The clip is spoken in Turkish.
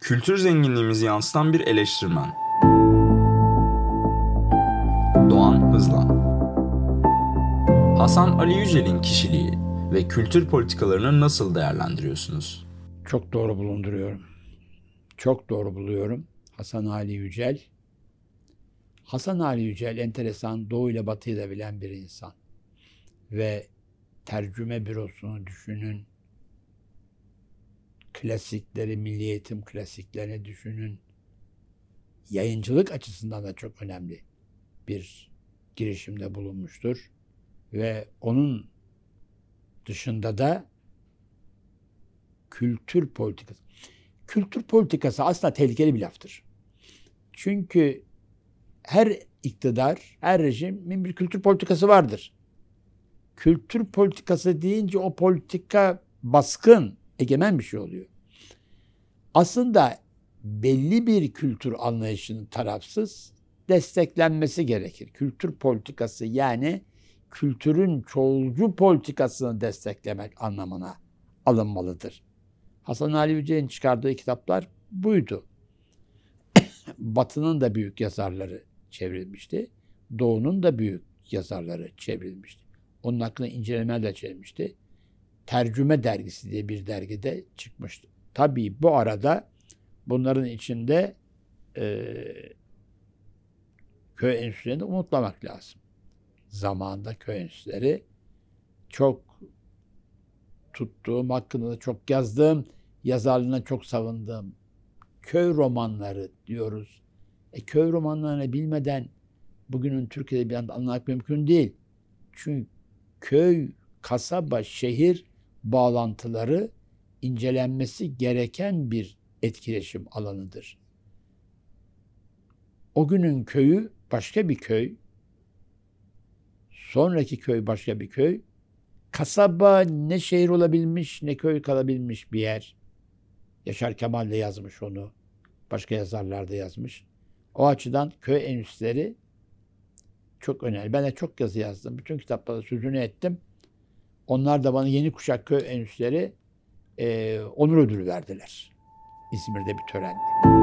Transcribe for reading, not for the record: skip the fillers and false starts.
Kültür zenginliğimizi yansıtan bir eleştirmen. Doğan Hızlan. Hasan Ali Yücel'in kişiliği ve kültür politikalarını nasıl değerlendiriyorsunuz? Çok doğru bulunduruyorum. Çok doğru buluyorum. Hasan Ali Yücel. Hasan Ali Yücel enteresan, Doğu ile Batı'yı da bilen bir insan. Ve tercüme bürosunu düşünün. Klasikleri, milli eğitim klasiklerini düşünün. Yayıncılık açısından da çok önemli bir girişimde bulunmuştur. Ve onun dışında da kültür politikası. Kültür politikası aslında tehlikeli bir laftır. Çünkü her iktidar, her rejimin bir kültür politikası vardır. Kültür politikası deyince o politika baskın, egemen bir şey oluyor. Aslında belli bir kültür anlayışının tarafsız desteklenmesi gerekir. Kültür politikası yani kültürün çoğulcu politikasını desteklemek anlamına alınmalıdır. Hasan Ali Yücel'in çıkardığı kitaplar buydu. Batı'nın da büyük yazarları çevrilmişti. Doğu'nun da büyük yazarları çevrilmişti. Onun hakkında incelemeler de çevrilmişti. Tercüme dergisi diye bir dergide çıkmıştı. Tabii bu arada bunların içinde köy enstitülerini unutmamak lazım. Zamanında köy enstitüleri çok tuttuğum, hakkında da çok yazdığım, yazarlığına çok savundığım köy romanları diyoruz. Köy romanlarını bilmeden bugünün Türk Edebiyatı'nı anlamak mümkün değil. Çünkü köy, kasaba, şehir bağlantıları incelenmesi gereken bir etkileşim alanıdır. O günün köyü başka bir köy, sonraki köy başka bir köy, kasaba ne şehir olabilmiş ne köy kalabilmiş bir yer. Yaşar Kemal de yazmış onu. Başka yazarlar da yazmış. O açıdan köy enstitüleri çok önemli. Ben de çok yazı yazdım. Bütün kitaplarda sözünü ettim. Onlar da bana Yeni Kuşak Köy Enstitüleri onur ödülü verdiler. İzmir'de bir törenle.